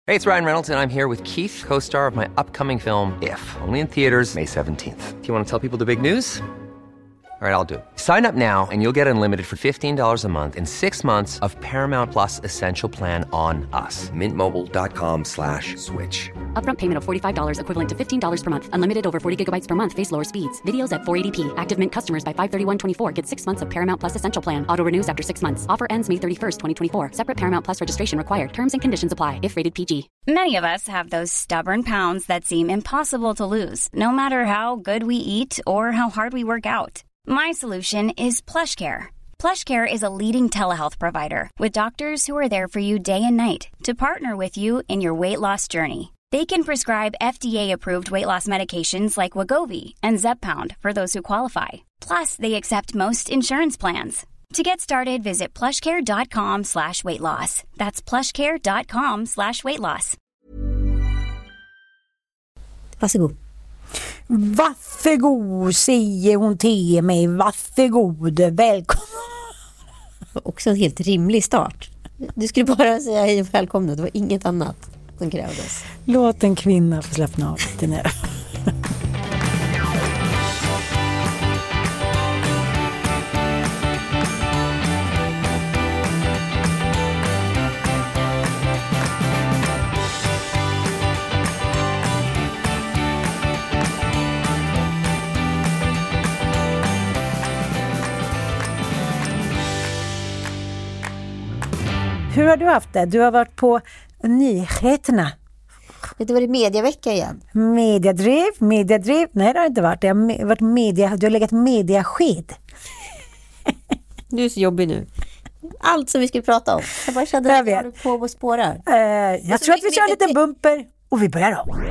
Hey, it's Ryan Reynolds, and I'm here with Keith, co-star of my upcoming film, If, only in theaters May 17th. Do you want to tell people the big news? All right, I'll do it. Sign up now and you'll get unlimited for $15 a month and 6 months of Paramount Plus Essential Plan on us. MintMobile.com/switch. Upfront payment of $45 equivalent to $15 per month. Unlimited over 40 gigabytes per month. Face lower speeds. Videos at 480p. Active Mint customers by 531.24 get 6 months of Paramount Plus Essential Plan. Auto renews after 6 months. Offer ends May 31st, 2024. Separate Paramount Plus registration required. Terms and conditions apply if rated PG. Many of us have those stubborn pounds that seem impossible to lose, no matter how good we eat or how hard we work out. My solution is PlushCare. PlushCare is a leading telehealth provider with doctors who are there for you day and night to partner with you in your weight loss journey. They can prescribe FDA-approved weight loss medications like Wegovy and Zepbound for those who qualify. Plus, they accept most insurance plans. To get started, visit plushcare.com/weightloss. That's plushcare.com/weightloss. Varsågod. Varsågod, säger hon till mig. Varsågod, välkommen. Också en helt rimlig start. Du skulle bara säga hej och välkomna. Det var inget annat som krävdes. Låt en kvinna få slappna av lite nu. Hur har du haft det? Du har varit på nyheterna. Det var det mediavecka igen. Mediadriv. Nej, det har inte varit. Det har varit du har legat mediasked. Du är så jobbig nu. Allt som vi skulle prata om. Jag bara kände att jag håller på och spårar. Jag tror att vi kör lite bumper och vi börjar om.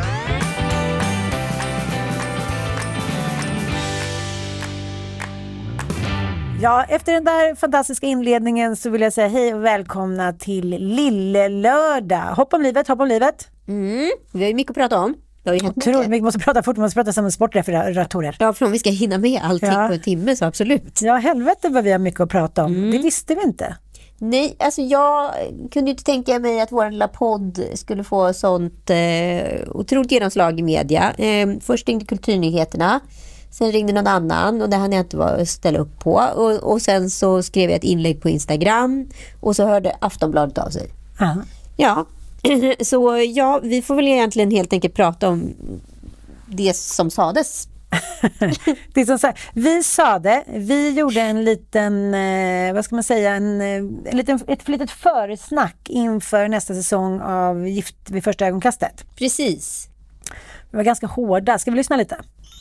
Ja, efter den där fantastiska inledningen så vill jag säga hej och välkomna till Lille Lördag. Hopp om livet. Vi har ju mycket att prata om. Vi måste prata fort, vi måste prata som sportreferatorer. Ja, för om vi ska hinna med allting på en timme så absolut. Ja, helvete vad vi har mycket att prata om. Det visste vi inte. Nej, alltså jag kunde ju inte tänka mig att vår lilla podd skulle få sånt otroligt genomslag i media. Först ringde Kulturnyheterna. Sen ringde någon annan och det hann jag inte ställa upp på. Och sen så skrev jag ett inlägg på Instagram. Och så hörde Aftonbladet av sig. Ja, så ja, vi får väl egentligen helt enkelt prata om det som sades. Det som vi sa det. Vi gjorde en liten, vad ska man säga, ett litet försnack inför nästa säsong av Gift vid första ögonkastet. Precis. Vi var ganska hårda. Ska vi lyssna lite?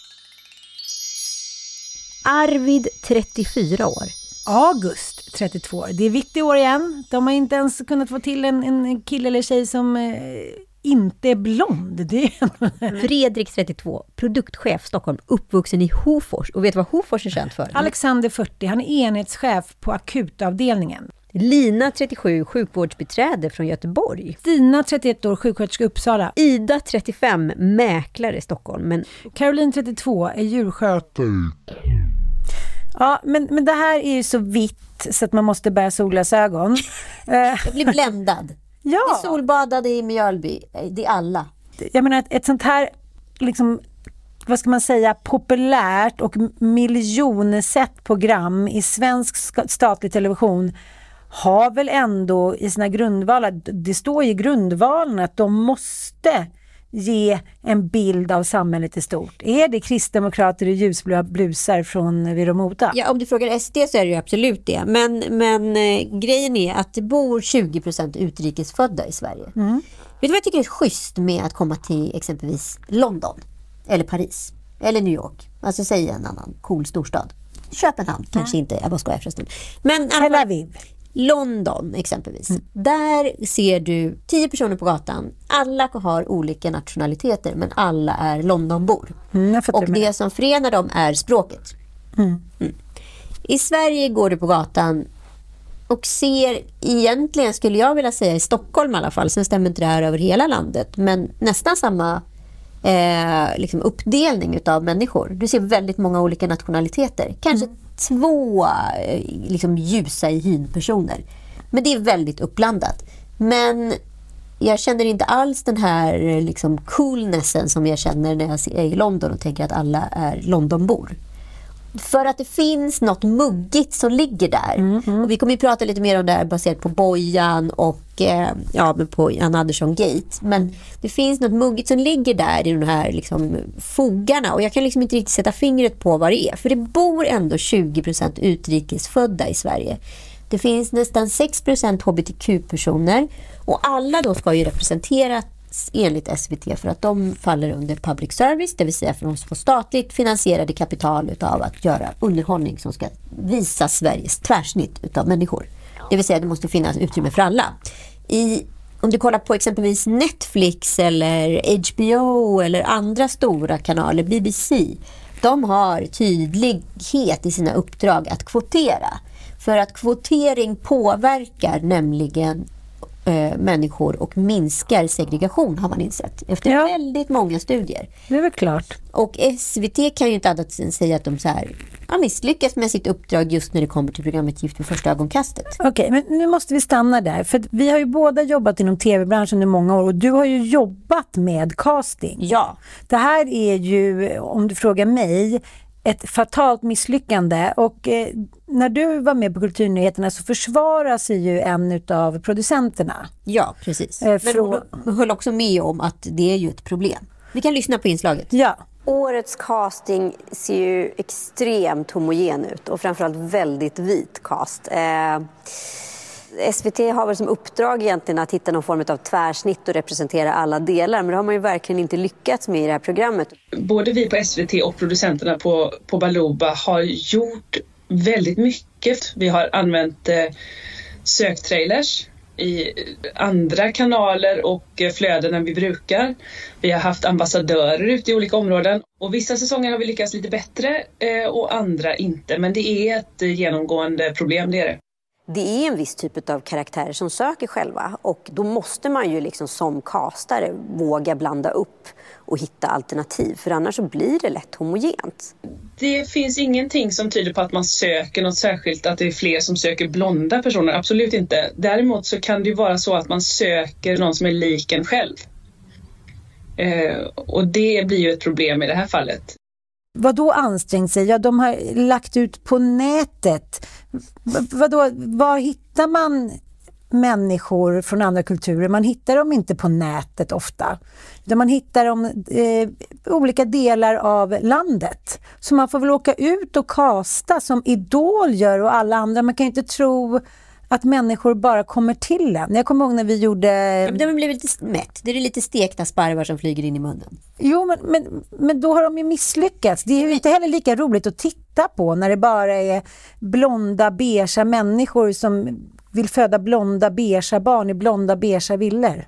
Arvid, 34 år. August, 32 år. Det är viktigt år igen. De har inte ens kunnat få till en kille eller tjej som inte är blond. Fredrik, 32, produktchef Stockholm, uppvuxen i Hofors. Och vet du vad Hofors är känt för? Alexander, 40, han är enhetschef på akutavdelningen. Lina, 37, sjukvårdsbiträde från Göteborg. Stina, 31 år, sjuksköterska Uppsala. Ida, 35, mäklare i Stockholm. Men Caroline, 32, är djurskötare. Ja, men det här är ju så vitt så att man måste bära solglasögon. Jag blir bländad. Ja. Det är solbadade i Mjölby. Det är alla. Jag menar ett sånt här liksom, vad ska man säga, populärt och miljonsett program i svensk statlig television har väl ändå i sina grundvalar, det står i grundvalen att de måste ge en bild av samhället i stort. Är det kristdemokrater i ljusblå blusar från Viromota? Ja, om du frågar SD så är det ju absolut det. Men grejen är att det bor 20% utrikesfödda i Sverige. Vet du vad jag tycker är schysst med att komma till exempelvis London eller Paris eller New York? Alltså säg en annan cool storstad. Köpenhamn kanske inte, jag bara skojar förresten. Men Tel Aviv. London exempelvis. Där ser du 10 personer på gatan. Alla har olika nationaliteter, men alla är Londonbor. Och det som förenar dem är språket. I Sverige går du på gatan och ser egentligen, skulle jag vilja säga, i Stockholm i alla fall, sen stämmer inte det här över hela landet, men nästan samma liksom uppdelning utav människor. Du ser väldigt många olika nationaliteter. Kanske 2 liksom ljusa i hyn personer. Men det är väldigt uppblandat. Men jag känner inte alls den här liksom coolnessen som jag känner när jag är i London och tänker att alla är Londonbor. För att det finns något muggigt som ligger där. Och vi kommer ju prata lite mer om det här baserat på Bojan och på Anna Andersson Gate. Men det finns något muggigt som ligger där i de här liksom fogarna. Och jag kan liksom inte riktigt sätta fingret på vad det är. För det bor ändå 20% utrikesfödda i Sverige. Det finns nästan 6% hbtq-personer. Och alla då ska ju representeras enligt SVT för att de faller under public service, det vill säga för de som får statligt finansierade kapital utav att göra underhållning som ska visa Sveriges tvärsnitt utav människor. Det vill säga det måste finnas utrymme för alla. Om du kollar på exempelvis Netflix eller HBO eller andra stora kanaler, BBC, de har tydlighet i sina uppdrag att kvotera. För att kvotering påverkar nämligen människor och minskar segregation, har man insett efter väldigt många studier. Det är väl klart. Och SVT kan ju inte annat än säga att de så här har misslyckats med sitt uppdrag just när det kommer till programmet Gift vid första ögonkastet. Okej, men nu måste vi stanna där. För vi har ju båda jobbat inom tv-branschen i många år och du har ju jobbat med casting. Ja. Det här är ju, om du frågar mig, ett fatalt misslyckande. Och när du var med på Kulturnyheterna så försvaras ju en av producenterna. Ja, precis. Men hon höll också med om att det är ju ett problem. Vi kan lyssna på inslaget. Ja. Årets casting ser ju extremt homogen ut och framförallt väldigt vit cast. SVT har väl som uppdrag egentligen att hitta någon form av tvärsnitt och representera alla delar, men det har man ju verkligen inte lyckats med i det här programmet. Både vi på SVT och producenterna på Baluba har gjort väldigt mycket. Vi har använt söktrailers i andra kanaler och flöden än vi brukar. Vi har haft ambassadörer ute i olika områden och vissa säsonger har vi lyckats lite bättre och andra inte. Men det är ett genomgående problem, det är det. Det är en viss typ av karaktärer som söker själva och då måste man ju liksom som castare våga blanda upp och hitta alternativ, för annars så blir det lätt homogent. Det finns ingenting som tyder på att man söker något särskilt, att det är fler som söker blonda personer, absolut inte. Däremot så kan det ju vara så att man söker någon som är lik en själv. Och det blir ju ett problem i det här fallet. Vad då ansträngt sig? Ja, de har lagt ut på nätet. Var hittar man människor från andra kulturer? Man hittar dem inte på nätet ofta. Man hittar dem i olika delar av landet. Så man får väl åka ut och kasta som Idol gör och alla andra. Man kan ju inte tro att människor bara kommer till en. Jag kommer ihåg när vi gjorde... De har blivit lite mätt. Det är lite stekta sparvar som flyger in i munnen. Jo, men då har de ju misslyckats. Det är ju inte heller lika roligt att titta på när det bara är blonda, beige människor som vill föda blonda, beige barn i blonda, beige villor.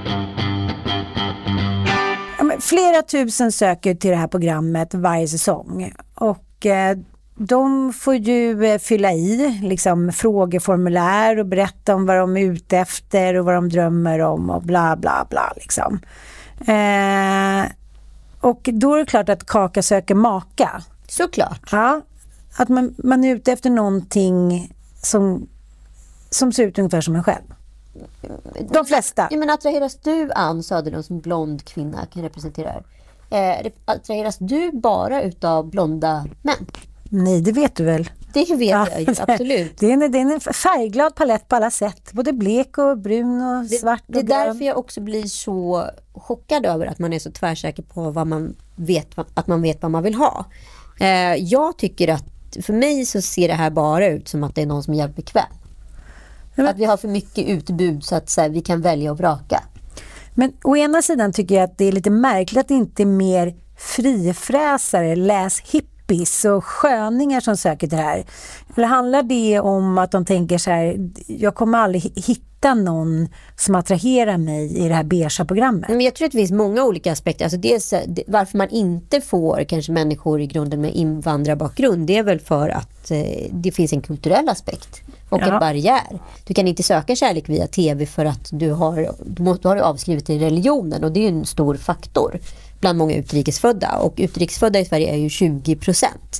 Flera tusen söker till det här programmet varje säsong. Och... de får ju fylla i liksom, frågeformulär och berätta om vad de är ute efter och vad de drömmer om och bla bla bla. Liksom. Och då är det klart att Kaka söker maka. Såklart. Ja, att man är ute efter någonting som ser ut ungefär som en själv. De flesta. Ja, men attraheras du, Ann Söderlund, som blond kvinna kan representera attraheras du bara utav blonda män? Nej, det vet du väl? Det vet jag ju, absolut. Det är en färgglad palett på alla sätt. Både blek och brun och svart och det är därför jag också blir så chockad över att man är så tvärsäker på vad man vet, att man vet vad man vill ha. Jag tycker att för mig så ser det här bara ut som att det är någon som är jävligt bekväm. Att vi har för mycket utbud så att så här, vi kan välja och vraka. Men å ena sidan tycker jag att det är lite märkligt att det inte är mer frifräsare, läs hippies och sköningar som söker det här. Eller handlar det om att de tänker så här, jag kommer aldrig hitta någon som attraherar mig i det här beiga programmet? Men jag tror att det finns många olika aspekter. Alltså dels, varför man inte får kanske människor i grunden med invandrarbakgrund, det är väl för att det finns en kulturell aspekt och en barriär. Du kan inte söka kärlek via tv för att du har avskrivit i religionen, och det är ju en stor faktor bland många utrikesfödda, och utrikesfödda i Sverige är ju 20%.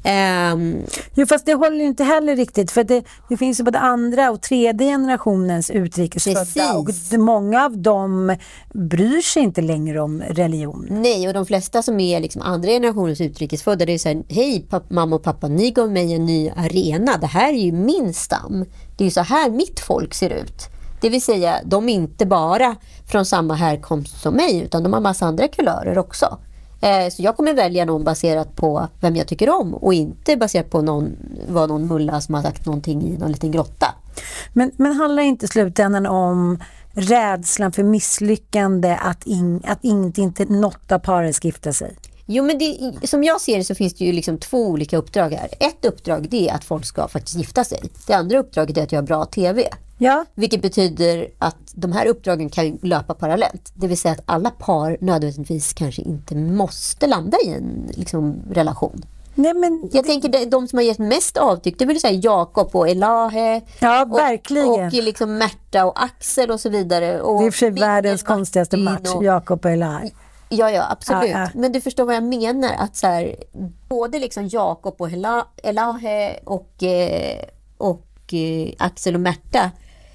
Jo, fast det håller ju inte heller riktigt, för det finns ju både andra och tredje generationens utrikesfödda och många av dem bryr sig inte längre om religion. Nej, och de flesta som är liksom andra generationens utrikesfödda, det är så här: hej mamma och pappa, ni gav mig en ny arena, det här är ju min stam, det är ju så här mitt folk ser ut. Det vill säga, de är inte bara från samma härkomst som mig, utan de har massa andra kulörer också. Så jag kommer välja någon baserat på vem jag tycker om och inte baserat på vad någon mulla som har sagt någonting i någon liten grotta. Men handlar inte slutändan om rädslan för misslyckande, att inte något av paret ska gifta sig? Jo, men som jag ser det så finns det ju liksom 2 olika uppdrag här. Ett uppdrag, det är att folk ska faktiskt gifta sig. Det andra uppdraget är att göra bra tv. Ja. Vilket betyder att de här uppdragen kan löpa parallellt. Det vill säga att alla par nödvändigtvis kanske inte måste landa i en liksom, relation. Nej, men jag tänker de som har gett mest avtryck, det vill säga Jakob och Elahe. Ja, verkligen. Och liksom Märta och Axel och så vidare. Och det är för sig världens konstigaste match, Jakob och Elahe. Ja, absolut. Ja. Men du förstår vad jag menar, att så här, både liksom Jakob och Elahe och Axel och Märta,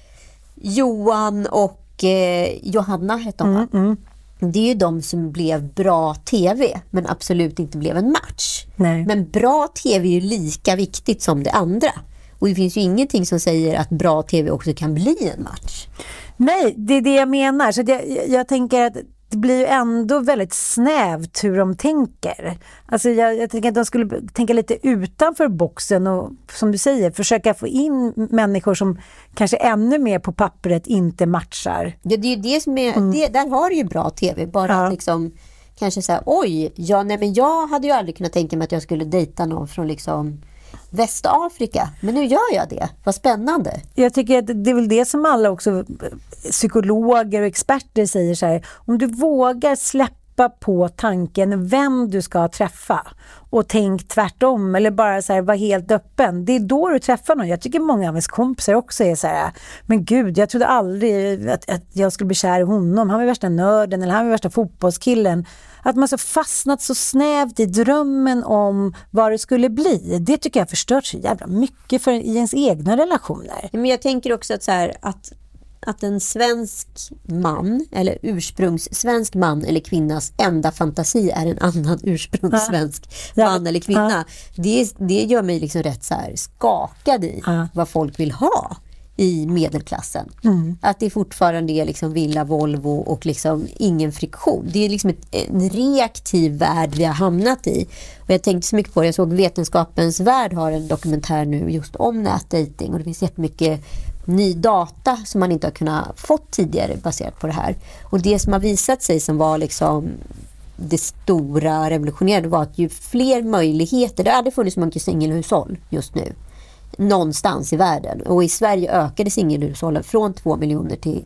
Johan och Johanna hette hon. Det är ju de som blev bra tv, men absolut inte blev en match. Nej. Men bra tv är ju lika viktigt som det andra. Och det finns ju ingenting som säger att bra tv också kan bli en match. Nej, det är det jag menar. Så jag tänker att det blir ju ändå väldigt snävt hur de tänker. Alltså jag tänker att de skulle tänka lite utanför boxen och, som du säger, försöka få in människor som kanske ännu mer på pappret inte matchar. Ja, det är ju det som är, där har du ju bra tv. Bara att liksom kanske säga, men jag hade ju aldrig kunnat tänka mig att jag skulle dejta någon från liksom Västafrika, men nu gör jag det. Vad spännande. Jag tycker att det är väl det som alla också psykologer och experter säger så här: om du vågar släppa på tanken vem du ska träffa och tänk tvärtom, eller bara så här, var helt öppen, det är då du träffar någon. Jag tycker många av ens kompisar också är så här: men gud, jag trodde aldrig att jag skulle bli kär i honom, han var värsta nörden eller han var värsta fotbollskillen. Att man så fastnat så snävt i drömmen om vad det skulle bli, det tycker jag förstört så jävla mycket i ens egna relationer. Men jag tänker också att så här, att en svensk man eller ursprungssvensk man eller kvinnas enda fantasi är en annan ursprungssvensk man eller kvinna. Det gör mig liksom rätt så här skakad i vad folk vill ha i medelklassen. Att det fortfarande är liksom villa, Volvo och liksom ingen friktion. Det är liksom en reaktiv värld vi har hamnat i. Och jag tänkte så mycket på det. Jag såg Vetenskapens värld har en dokumentär nu just om nätdating, och det finns jättemycket ny data som man inte har kunnat fått tidigare baserat på det här. Och det som har visat sig som var liksom det stora revolutionerande var att ju fler möjligheter, det hade funnits så mycket singelhushåll just nu någonstans i världen, och i Sverige ökade singelhushållen från 2 miljoner till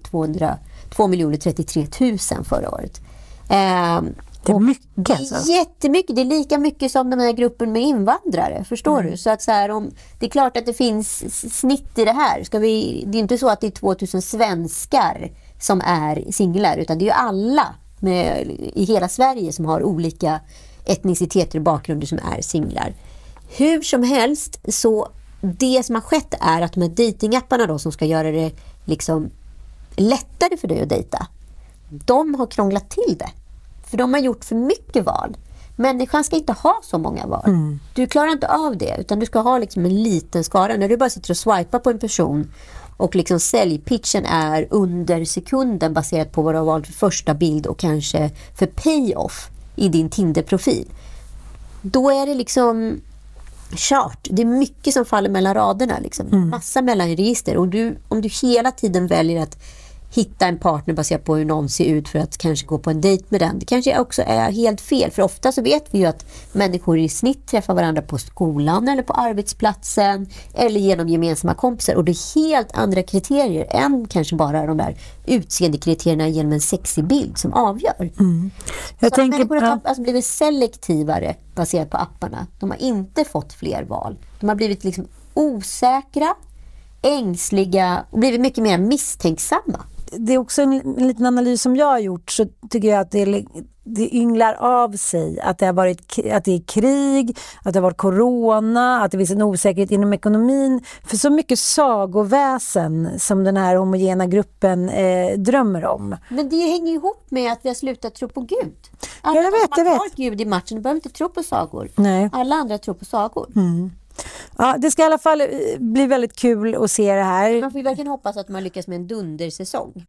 2,033 000 förra året. Det är mycket. Alltså. Jättemycket, det är lika mycket som den här gruppen med invandrare, förstår du? Så att så här, det är klart att det finns snitt i det här. Det är inte så att det är 2000 svenskar som är singlar, utan det är ju alla i hela Sverige som har olika etniciteter och bakgrunder som är singlar. Hur som helst, så det som har skett är att de här datingapparna då, som ska göra det liksom lättare för dig att dejta, de har krånglat till det. För de har gjort för mycket val. Människan ska inte ha så många val. Du klarar inte av det, utan du ska ha liksom en liten skara. När du bara sitter och swipar på en person och liksom säljpitchen är under sekunden baserat på vad du har valt för första bild och kanske för payoff i din Tinder-profil, då är det liksom kört. Det är mycket som faller mellan raderna liksom. Massa mellanregister, och om du hela tiden väljer att hitta en partner baserat på hur någon ser ut för att kanske gå på en dejt med den, det kanske också är helt fel, för ofta så vet vi ju att människor i snitt träffar varandra på skolan eller på arbetsplatsen eller genom gemensamma kompisar, och det är helt andra kriterier än kanske bara de där utseendekriterierna genom en sexig bild som avgör. Jag så tänker, människor har alltså blivit selektivare baserat på apparna. De har inte fått fler val. De har blivit liksom osäkra, ängsliga och blivit mycket mer misstänksamma. det är också en liten analys som jag har gjort, så tycker jag att det ynglar av sig att det är krig, att det har varit corona, att det finns en osäkerhet inom ekonomin, för så mycket sagoväsen som den här homogena gruppen drömmer om. Men det hänger ihop med att vi har slutat tro på Gud. Jag vet. Man har Gud i matchen, behöver inte tro på sagor. Nej. Alla andra tror på sagor. Ja, det ska i alla fall bli väldigt kul att se det här. Man får ju verkligen hoppas att man lyckas med en dundersäsong.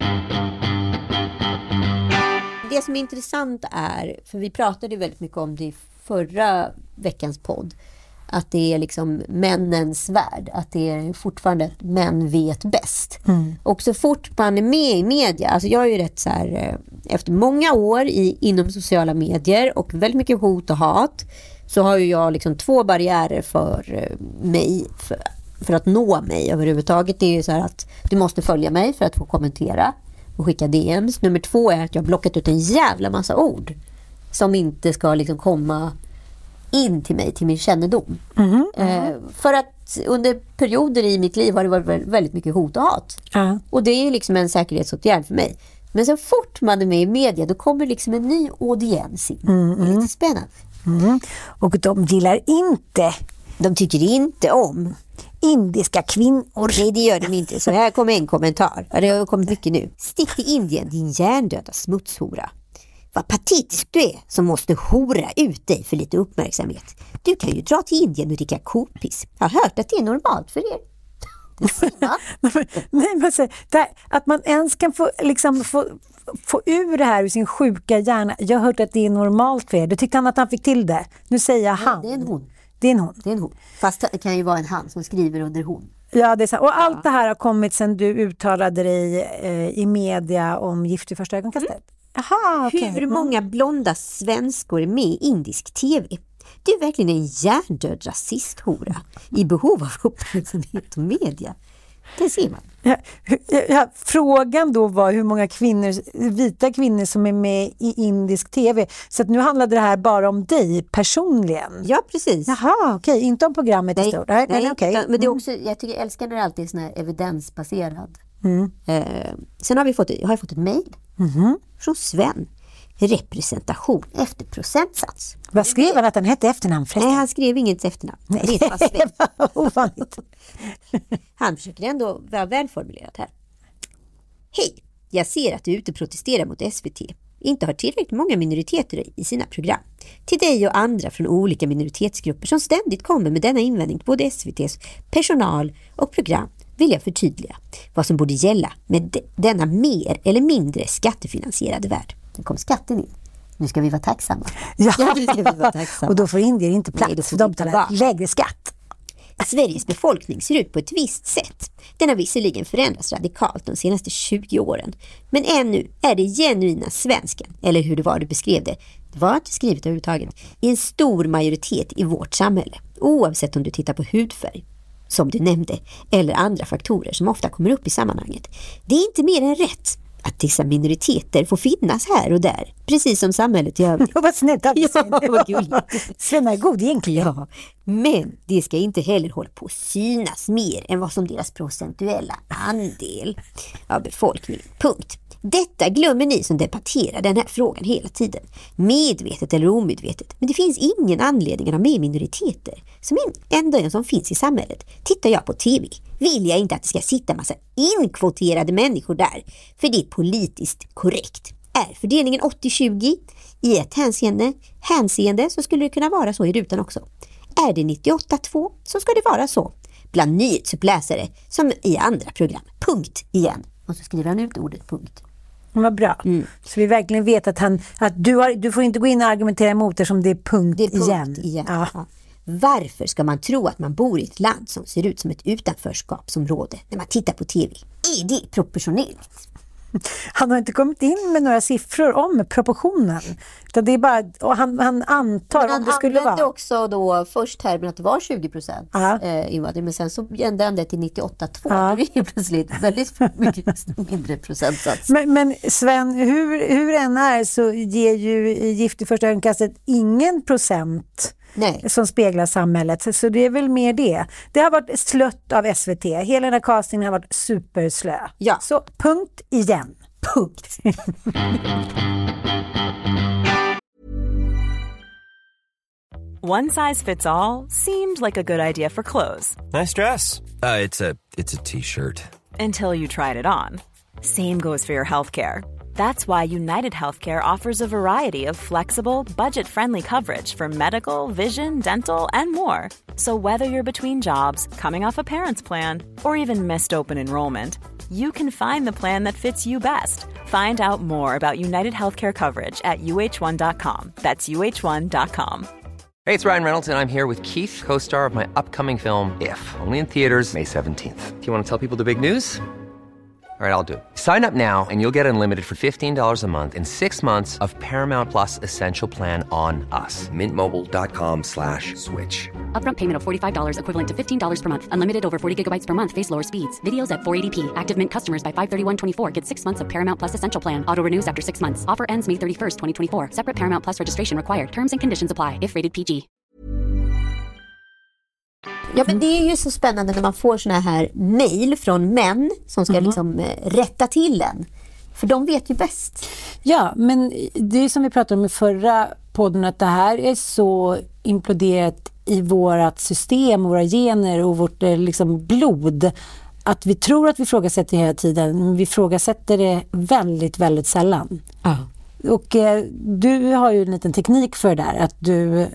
Det som är intressant är, för vi pratade väldigt mycket om det i förra veckans podd, att det är liksom männens värld, att det är fortfarande att män vet bäst. Och så fort man är med i media, alltså jag är ju rätt så här, efter många år inom sociala medier och väldigt mycket hot och hat, så har ju jag liksom 2 barriärer för mig, för att nå mig överhuvudtaget. Det är ju så här att du måste följa mig för att få kommentera och skicka DMs. Nummer 2 är att jag har blockat ut en jävla massa ord som inte ska liksom komma in till mig, till min kännedom. För att under perioder i mitt liv har det varit väldigt mycket hot och hat. Och det är ju liksom en säkerhetsåtgärd för mig. Men så fort man är med i media, då kommer liksom en ny audiens in. Det är lite spännande. Och de gillar inte. De tycker inte om indiska kvinnor. Nej, det gör de inte. Så här kommer en kommentar. Det har kommit mycket nu. Stick till Indien, din hjärndöda smutshora. Vad patetisk du är som måste hora ut dig för lite uppmärksamhet. Du kan ju dra till Indien och dricka kopiss. Jag har hört att det är normalt för er. Nej, men så, att man ens kan få ur det här ur sin sjuka hjärna. Jag har hört att det är normalt för er. Du tyckte han att han fick till det. Nu säger jag han. Det är en hon. Det är en hon. Det är en hon. Fast det kan ju vara en han som skriver under hon. Ja, det är så. Och allt det här har kommit sedan du uttalade dig i media om Gift vid första ögonkastet. Aha, okay. Hur många blonda svenskor är med i indisk tv? Du är verkligen en hjärndöd rasisthora i behov av uppmärksamhet och media. Det ser man. Ja, frågan då var hur många vita kvinnor som är med i indisk tv. Så att nu handlade det här bara om dig personligen. Ja, precis. Jaha, okej. Inte om programmet i stort. Nej, okay. Men det är också, jag älskar när det alltid är sån här evidensbaserad. Sen har jag fått ett mejl från Sven. Representation efter procentsats. Vad skrev han att han hette efternamn förresten? Nej, han skrev inget efternamn. Nej, det var ovanligt. Han försöker ändå vara välformulerat här. Hej, jag ser att du är ute och protesterar mot SVT. Inte har tillräckligt många minoriteter i sina program. Till dig och andra från olika minoritetsgrupper som ständigt kommer med denna invändning till både SVTs personal och program vill jag förtydliga vad som borde gälla med denna mer eller mindre skattefinansierade värld. Nu kom skatten in. Nu ska vi vara tacksamma. Ja, nu ska vi vara tacksamma. Och då får indier inte plats, för de betalar lägre skatt. Sveriges befolkning ser ut på ett visst sätt. Den har visserligen förändrats radikalt de senaste 20 åren. Men ännu är det genuina svensken, eller hur det var du beskrev det. Det var inte skrivet överhuvudtaget. I en stor majoritet i vårt samhälle. Oavsett om du tittar på hudfärg, som du nämnde, eller andra faktorer som ofta kommer upp i sammanhanget. Det är inte mer än rätt att dessa minoriteter får finnas här och där, precis som samhället i övrigt. Vad snällt av dig. Ja, vad gulligt. Sven är god egentligen. Ja, men det ska inte heller hålla på att synas mer än vad som deras procentuella andel av befolkningen. Punkt. Detta glömmer ni som debatterar den här frågan hela tiden. Medvetet eller omedvetet. Men det finns ingen anledning att ha med minoriteter. Som ändå som finns i samhället. Tittar jag på tv vill jag inte att det ska sitta massa inkvoterade människor där. För det är politiskt korrekt. Är fördelningen 80-20 i ett hänseende så skulle det kunna vara så i rutan också. Är det 98-2 så ska det vara så. Bland nyhetsuppläsare som i andra program. Punkt igen. Och så skriver han ut ordet punkt. Vad bra. Så vi verkligen vet att du får inte gå in och argumentera emot det som det är punkt, igen. Ja. Varför ska man tro att man bor i ett land som ser ut som ett utanförskapsområde när man tittar på tv? Är det proportionellt? Han har inte kommit in med några siffror om proportionen. Utan det är bara, och han antar om det skulle vara. Han använde också då först termen att det var 20% invandring, men sen så ändrade han det till 98-2. Det är plötsligt väldigt mycket mindre procentsats. Men Sven, hur än är så ger ju Gift i första ögonkastet ingen procent som speglar samhället. Så det är väl mer det. Det har varit slött av SVT. Hela den här castingen har varit superslö. Ja. Så punkt igen. Punkt. One size fits all seemed like a good idea for clothes. Nice dress. It's a t-shirt. Until you tried it on. Same goes for your healthcare. That's why United Healthcare offers a variety of flexible, budget-friendly coverage for medical, vision, dental, and more. So whether you're between jobs, coming off a parent's plan, or even missed open enrollment, you can find the plan that fits you best. Find out more about United Healthcare coverage at uh1.com. That's uh1.com. Hey, it's Ryan Reynolds, and I'm here with Keith, co-star of my upcoming film, If, only in theaters May 17th. Do you want to tell people the big news? All right, I'll do it. Sign up now and you'll get unlimited for $15 a month and 6 months of Paramount Plus Essential Plan on us. MintMobile.com/switch. Upfront payment of $45 equivalent to $15 per month. Unlimited over 40 gigabytes per month. Face lower speeds. Videos at 480p. Active Mint customers by 531.24 get 6 months of Paramount Plus Essential Plan. Auto renews after 6 months. Offer ends May 31st, 2024. Separate Paramount Plus registration required. Terms and conditions apply if rated PG. Ja, men det är ju så spännande när man får såna här mejl från män som ska liksom rätta till en. För de vet ju bäst. Ja, men det är som vi pratade om i förra podden, att det här är så imploderat i vårat system, våra gener och vårt liksom blod, att vi tror att vi ifrågasätter hela tiden, men vi ifrågasätter det väldigt, väldigt sällan. Och du har ju en liten teknik för det där, att du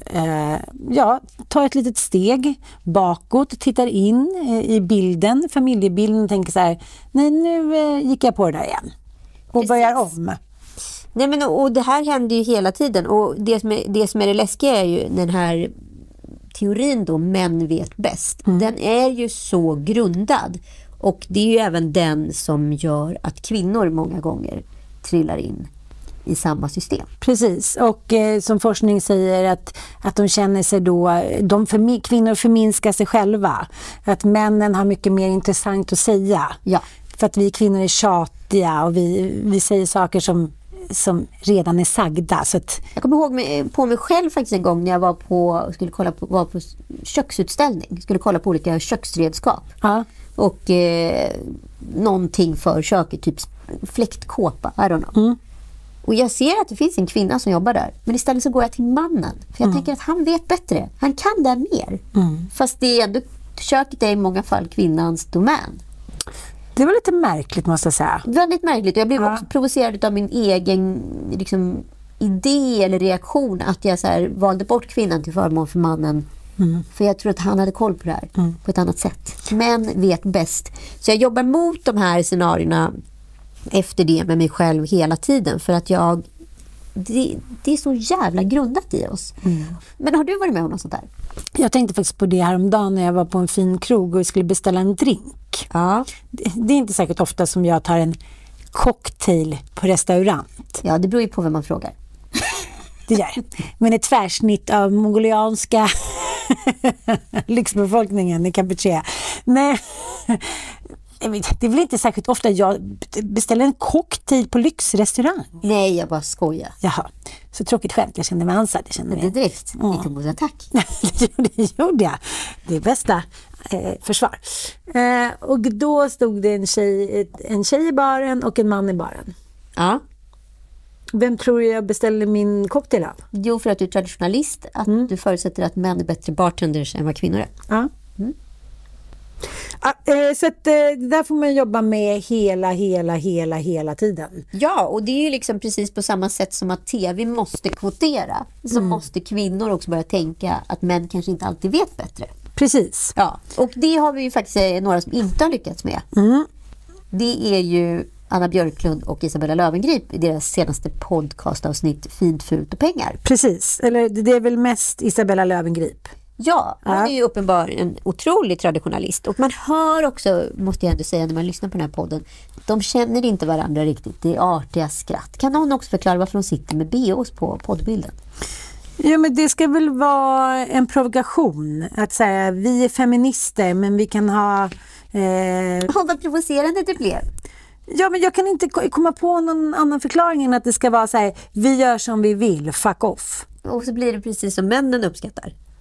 tar ett litet steg bakåt, tittar in i bilden, familjebilden, och tänker så här: nej, nu gick jag på det där igen och börjar om. Nej, men och det här händer ju hela tiden, och det som är det läskiga är ju den här teorin då, män vet bäst. Den är ju så grundad, och det är ju även den som gör att kvinnor många gånger trillar in i samma system. Precis, och som forskning säger att de känner sig då, kvinnor förminskar sig själva, att männen har mycket mer intressant att säga. Ja. För att vi kvinnor är tjatiga och vi säger saker som redan är sagda. Så att... Jag kommer ihåg på mig själv faktiskt en gång när jag var på köksutställning. Skulle kolla på olika köksredskap. Ja. Och någonting för köket, typ fläktkåpa, I don't know. Och jag ser att det finns en kvinna som jobbar där. Men istället så går jag till mannen. För jag tänker att han vet bättre. Han kan det mer. Fast det är ändå, köket är i många fall kvinnans domän. Det var lite märkligt, måste jag säga. Väldigt märkligt. Och jag blev också provocerad av min egen idé eller reaktion. Att jag så här valde bort kvinnan till förmån för mannen. För jag tror att han hade koll på det här på ett annat sätt. Män vet bäst. Så jag jobbar mot de här scenarierna efter det med mig själv hela tiden, för att det är så jävla grundat i oss. Men har du varit med om något sånt där? Jag tänkte faktiskt på det häromdagen när jag var på en fin krog och skulle beställa en drink. Ja. Det är inte säkert ofta som jag tar en cocktail på restaurang. Ja, det beror ju på vem man frågar. Det gör det. Men ett tvärsnitt av mongolianska lyxbefolkningen i Kampuchea. Nej, det är väl inte särskilt ofta jag beställer en cocktail på lyxrestaurang. Nej, jag bara skojar. Jaha, så tråkigt skämt. Jag kände mig ansad. Det är direkt. Attack. Det gjorde jag. Det är bästa försvar. Och då stod det en tjej i baren och en man i baren. Ja. Vem tror jag beställer min cocktail av? Jo, för att du är traditionalist. Att du förutsätter att män är bättre bartenders än vad kvinnor är. Ja. Så att där får man jobba med hela tiden. Ja, och det är ju liksom precis på samma sätt som att tv måste kvotera. Så måste kvinnor också börja tänka att män kanske inte alltid vet bättre. Precis. Ja, och det har vi ju faktiskt några som inte har lyckats med. Det är ju Anna Björklund och Isabella Löwengrip i deras senaste podcastavsnitt Fint, fult och pengar. Precis, eller det är väl mest Isabella Löwengrip. Ja, hon är ju uppenbarligen en otrolig traditionalist. Och man hör också, måste jag ändå säga när man lyssnar på den här podden, de känner inte varandra riktigt. Det är artiga skratt. Kan någon också förklara varför de sitter med BOs på poddbilden? Ja, men det ska väl vara en provokation. Att säga, vi är feminister men vi kan ha... Vad provocerande det blev. Ja, men jag kan inte komma på någon annan förklaring än att det ska vara så här: vi gör som vi vill, fuck off. Och så blir det precis som männen uppskattar.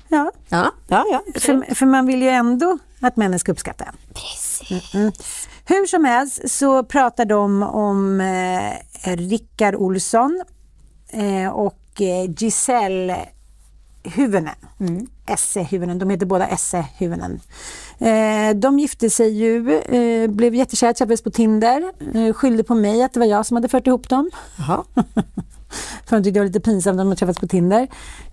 Ja. För man vill ju ändå att männen ska uppskatta en. Precis. Hur som helst så pratar de om Rickard Olsson och Giselle Hyvönen. Esse Hyvönen, de heter båda Esse Hyvönen. De gifte sig ju, blev jättekära, träffades på Tinder, skyllde på mig att det var jag som hade fört ihop dem. Jaha. För de tyckte det var lite pinsamt att de träffats på Tinder.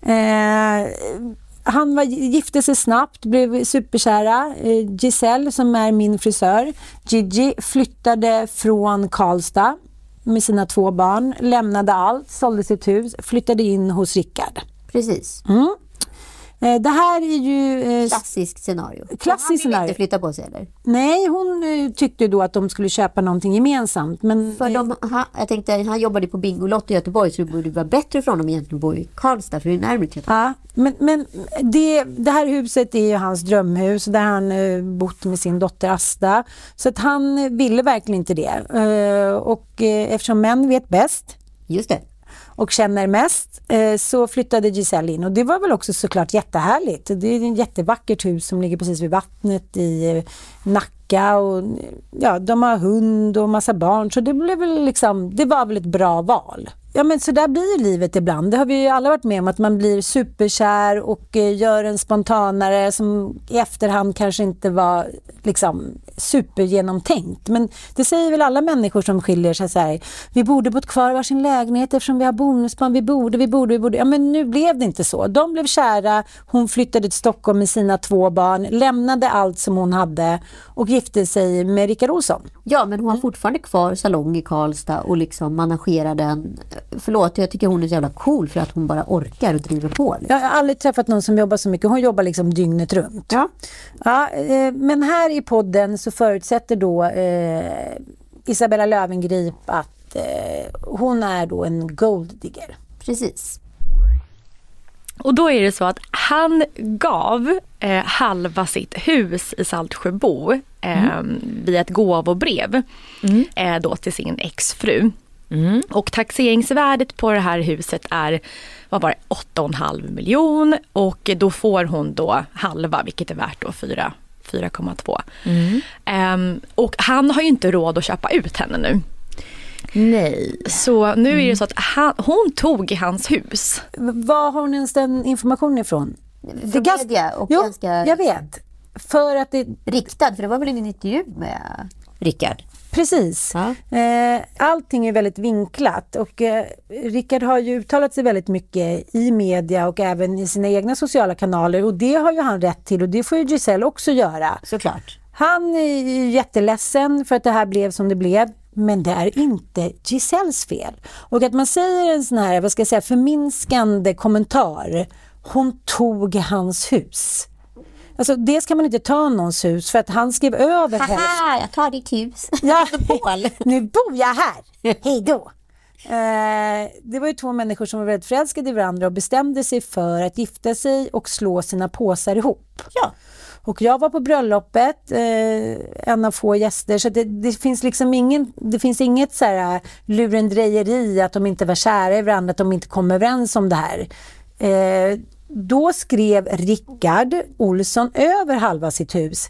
Han gifte sig snabbt, blev superkära. Giselle, som är min frisör, Gigi, flyttade från Karlstad med sina 2 barn, lämnade allt, sålde sitt hus, flyttade in hos Rickard. Precis. Det här är ju... Klassiskt scenario. Klassiskt scenario. Han ville inte flytta på sig, eller? Nej, hon tyckte då att de skulle köpa någonting gemensamt. Men, för jag tänkte, han jobbade på Bingolotto i Göteborg, så det borde vara bättre för honom egentligen att bo i Karlstad, för det är närmare till Göteborg. Ja, men det här huset är ju hans drömhus, där han bott med sin dotter Asta. Så att han ville verkligen inte det. Och eftersom män vet bäst... Just det. Och känner mest, så flyttade Giselle in. Och det var väl också såklart jättehärligt. Det är ett jättevackert hus som ligger precis vid vattnet i Nacka. Och ja, de har hund och massa barn. Så det blev väl det var väl ett bra val. Ja, men så där blir livet ibland. Det har vi ju alla varit med om, att man blir superkär och gör en spontanare som i efterhand kanske inte var supergenomtänkt. Men det säger väl alla människor som skiljer sig så här: vi borde bott kvar i varsin lägenhet eftersom vi har bonusbarn, vi borde. Ja, men nu blev det inte så. De blev kära, hon flyttade till Stockholm med sina 2 barn, lämnade allt som hon hade och gifte sig med Rickard Olsson. Ja, men hon har fortfarande kvar salong i Karlstad och managerar den. Förlåt, jag tycker hon är så jävla cool för att hon bara orkar och driver på. Jag har aldrig träffat någon som jobbar så mycket. Hon jobbar dygnet runt. Ja. Men här i podden så förutsätter då Isabella Löwengrip att hon är då en golddigger. Precis. Och då är det så att han gav halva sitt hus i Saltsjöbo via ett gåvobrev då till sin exfru. Och taxeringsvärdet på det här huset är 8,5 miljoner, och då får hon då halva, vilket är värt då 4,2. Och han har ju inte råd att köpa ut henne nu. Nej. Så nu är det så att hon tog hans hus. Var har hon ens den informationen ifrån? Det media och ganska... Jag vet. För att det... Riktad, för det var väl en intervju med Rickard. Precis. Ja. Allting är väldigt vinklat, och Rickard har ju uttalat sig väldigt mycket i media och även i sina egna sociala kanaler, och det har ju han rätt till, och det får ju Giselle också göra. Såklart. Han är ju jätteledsen för att det här blev som det blev, men det är inte Giselles fel. Och att man säger en sån här, förminskande kommentar: hon tog hans hus. Alltså, dels kan man inte ta någons hus för att han skrev över henne. Haha, jag tar ditt hus. Ja, nu bor jag här. Hej då. Det var ju 2 människor som var väldigt förälskade i varandra och bestämde sig för att gifta sig och slå sina påsar ihop. Ja. Och jag var på bröllopet, en av få gäster, så det finns det finns inget så här lurendrejeri att de inte var kära i varandra, att de inte kom överens om det här. Då skrev Rickard Olsson över halva sitt hus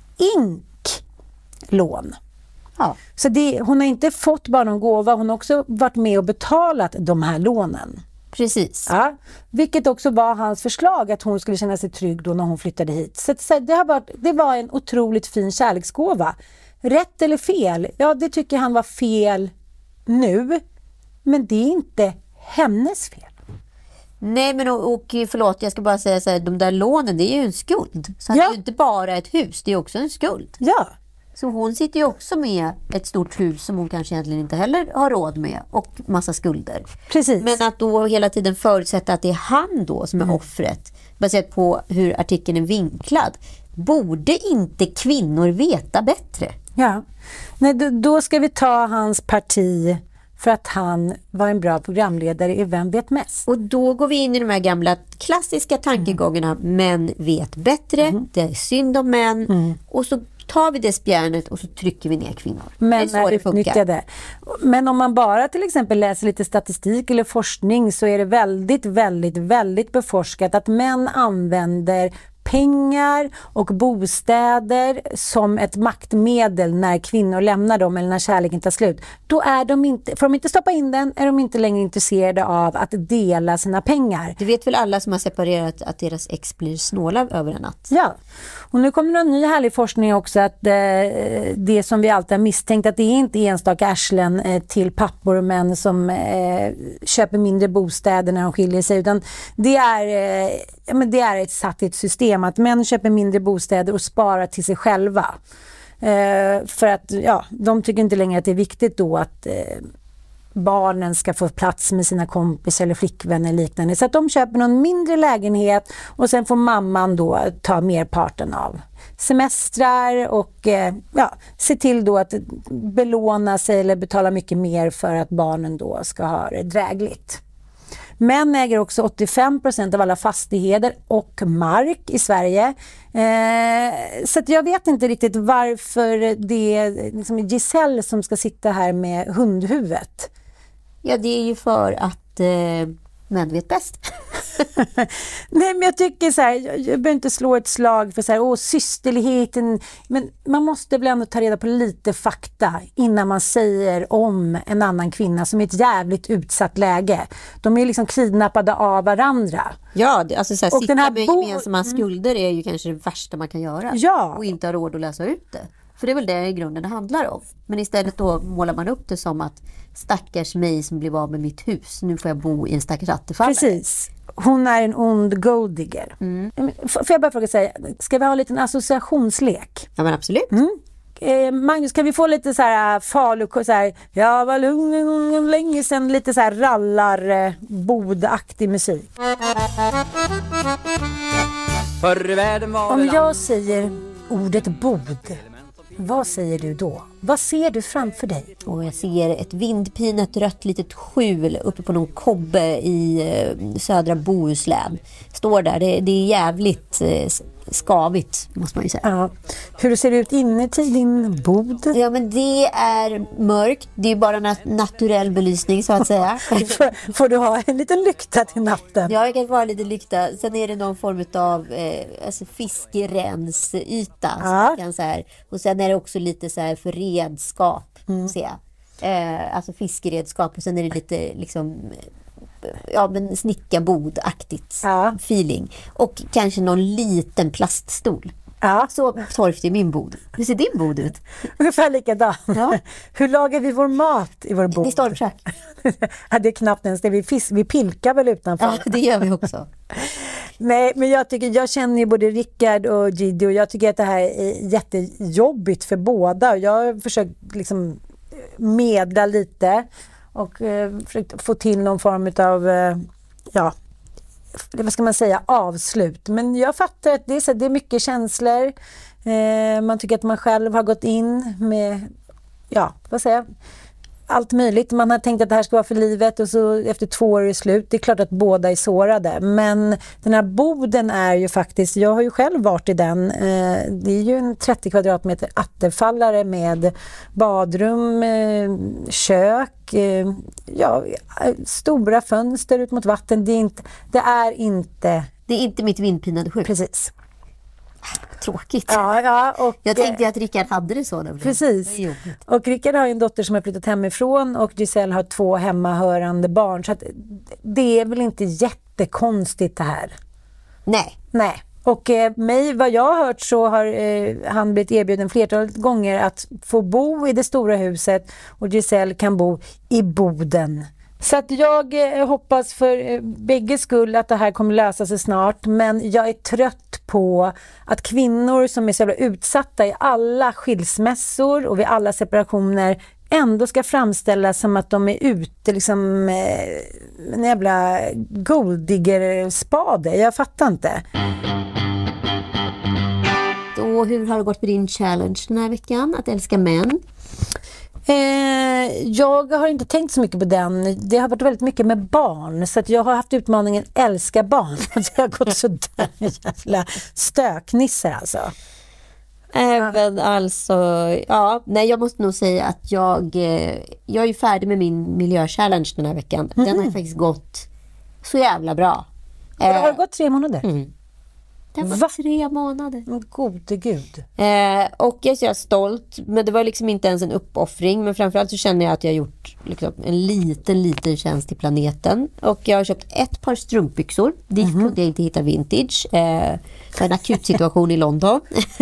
lån. Ja. Så hon har inte fått bara någon gåva, hon har också varit med och betalat de här lånen. Precis. Ja, vilket också var hans förslag, att hon skulle känna sig trygg då när hon flyttade hit. Så det var en otroligt fin kärleksgåva. Rätt eller fel? Ja, det tycker han var fel nu, men det är inte hennes fel. Nej, men och förlåt, jag ska bara säga så här, de där lånen, det är ju en skuld. Så det är ju inte bara ett hus, det är också en skuld. Ja. Så hon sitter ju också med ett stort hus som hon kanske egentligen inte heller har råd med, och massa skulder. Precis. Men att då hela tiden förutsätta att det är han då som är offret, baserat på hur artikeln är vinklad. Borde inte kvinnor veta bättre? Ja. Nej, då ska vi ta hans parti för att han var en bra programledare i Vem vet mest? Och då går vi in i de här gamla klassiska tankegångarna. Män vet bättre, det är synd om män. Och så tar vi det spjärnet och så trycker vi ner kvinnor. Men är utnyttjade. Men om man bara till exempel läser lite statistik eller forskning så är det väldigt, väldigt, väldigt beforskat att män använder pengar och bostäder som ett maktmedel när kvinnor lämnar dem eller när kärleken tar slut. Då är de inte, får de inte stoppa in den, är de inte längre intresserade av att dela sina pengar. Det vet väl alla som har separerat att deras ex blir snåla över en natt. Ja, och nu kommer en ny härlig forskning också att det som vi alltid har misstänkt att det är inte enstaka arslen till pappor och män som köper mindre bostäder när de skiljer sig, utan det är ett satt i ett system att män köper mindre bostäder och sparar till sig själva. För att de tycker inte längre att det är viktigt då att barnen ska få plats med sina kompisar eller flickvänner eller liknande. Så att de köper någon mindre lägenhet och sen får mamman då ta merparten av semestrar och se till då att belåna sig eller betala mycket mer för att barnen då ska ha det drägligt. Män äger också 85% av alla fastigheter och mark i Sverige. Så att jag vet inte riktigt varför det är liksom Giselle som ska sitta här med hundhuvudet. Ja, det är ju för att män vet bäst. Nej, men jag tycker så här, jag behöver inte slå ett slag för så här, systerligheten, men man måste väl ändå ta reda på lite fakta innan man säger om en annan kvinna som är i ett jävligt utsatt läge. De är liksom kidnappade av varandra. Ja, alltså så här, sitta med gemensamma skulder är ju kanske det värsta man kan göra. Ja. Och inte ha råd att läsa ut det. För det är väl det i grunden det handlar om. Men istället då målar man upp det som att stackars mig som blev av med mitt hus. Nu får jag bo i en stackars attefallare. Precis. Hon är en ond golddigger. Får jag bara fråga sig, ska vi ha en liten associationslek? Ja, men absolut. Magnus, kan vi få lite så här Falu, så här, jag var lugn länge sedan, lite så här rallar bodaktig musik. Om jag säger ordet bod, vad säger du då? Vad ser du framför dig? Och jag ser ett vindpinat rött litet skjul uppe på någon kobbe i södra Bohuslän. Står där, det är jävligt skavigt, måste man ju säga. Ja. Hur ser det ut inuti din bod? Ja, men det är mörkt. Det är bara naturell belysning, så att säga. Får du ha en liten lykta till natten? Ja, jag kan vara lite lykta. Sen är det någon form av fiskerensyta. Ja. Så här. Och sen är det också lite så här för redskap. Alltså fiskeredskap. Och sen är det lite liksom... men snickarbodaktigt feeling. Och kanske någon liten plaststol. Ja. Så torftig är min bod. Hur ser din bod ut? Ungefär likadan. Ja. Hur lagar vi vår mat i vår bod? Det är stormkök. Ja, det är knappt ens det. Vi pilkar väl utanför. Ja, det gör vi också. Nej, men jag känner ju både Rickard och Gidi och jag tycker att det här är jättejobbigt för båda. Jag har försökt liksom medla lite och försökt få till någon form av vad ska man säga, avslut. Men jag fattar att det är mycket känslor. Man tycker att man själv har gått in med allt möjligt. Man har tänkt att det här ska vara för livet och så efter 2 år är det slut. Det är klart att båda är sårade. Men den här boden är ju faktiskt, jag har ju själv varit i den. Det är ju en 30 kvadratmeter attefallare med badrum, kök, stora fönster ut mot vatten. Det är inte mitt vindpinade skjul. Precis. Tråkigt. Ja, och jag tänkte att Rickard hade det så. Precis. Och Rickard har ju en dotter som har flyttat hemifrån och Giselle har 2 hemmahörande barn. Så att det är väl inte jättekonstigt det här. Nej. Och vad jag har hört så har han blivit erbjuden flertalet gånger att få bo i det stora huset och Giselle kan bo i boden. Så att jag hoppas för bägge skull att det här kommer lösa sig snart, men jag är trött på att kvinnor som är så jävla utsatta i alla skilsmässor och vid alla separationer ändå ska framställas som att de är ute liksom en jävla golddigger-spade. Jag fattar inte. Och hur har det gått med din challenge den här veckan? Att älska män? Jag har inte tänkt så mycket på den. Det har varit väldigt mycket med barn. Så att jag har haft utmaningen älska barn. Det har gått så där jävla stöknissar alltså. Även alltså, nej, jag måste nog säga att jag är ju färdig med min miljöchallenge den här veckan. Den har faktiskt gått så jävla bra. Det har gått 3 månader? Det var 3 månader. Gode gud. Och jag är så stolt, men det var liksom inte ens en uppoffring. Men framförallt så känner jag att jag har gjort liksom en liten tjänst till planeten. Och jag har köpt ett par strumpbyxor. Dit kunde jag inte hitta vintage. Det var en akut situation i London.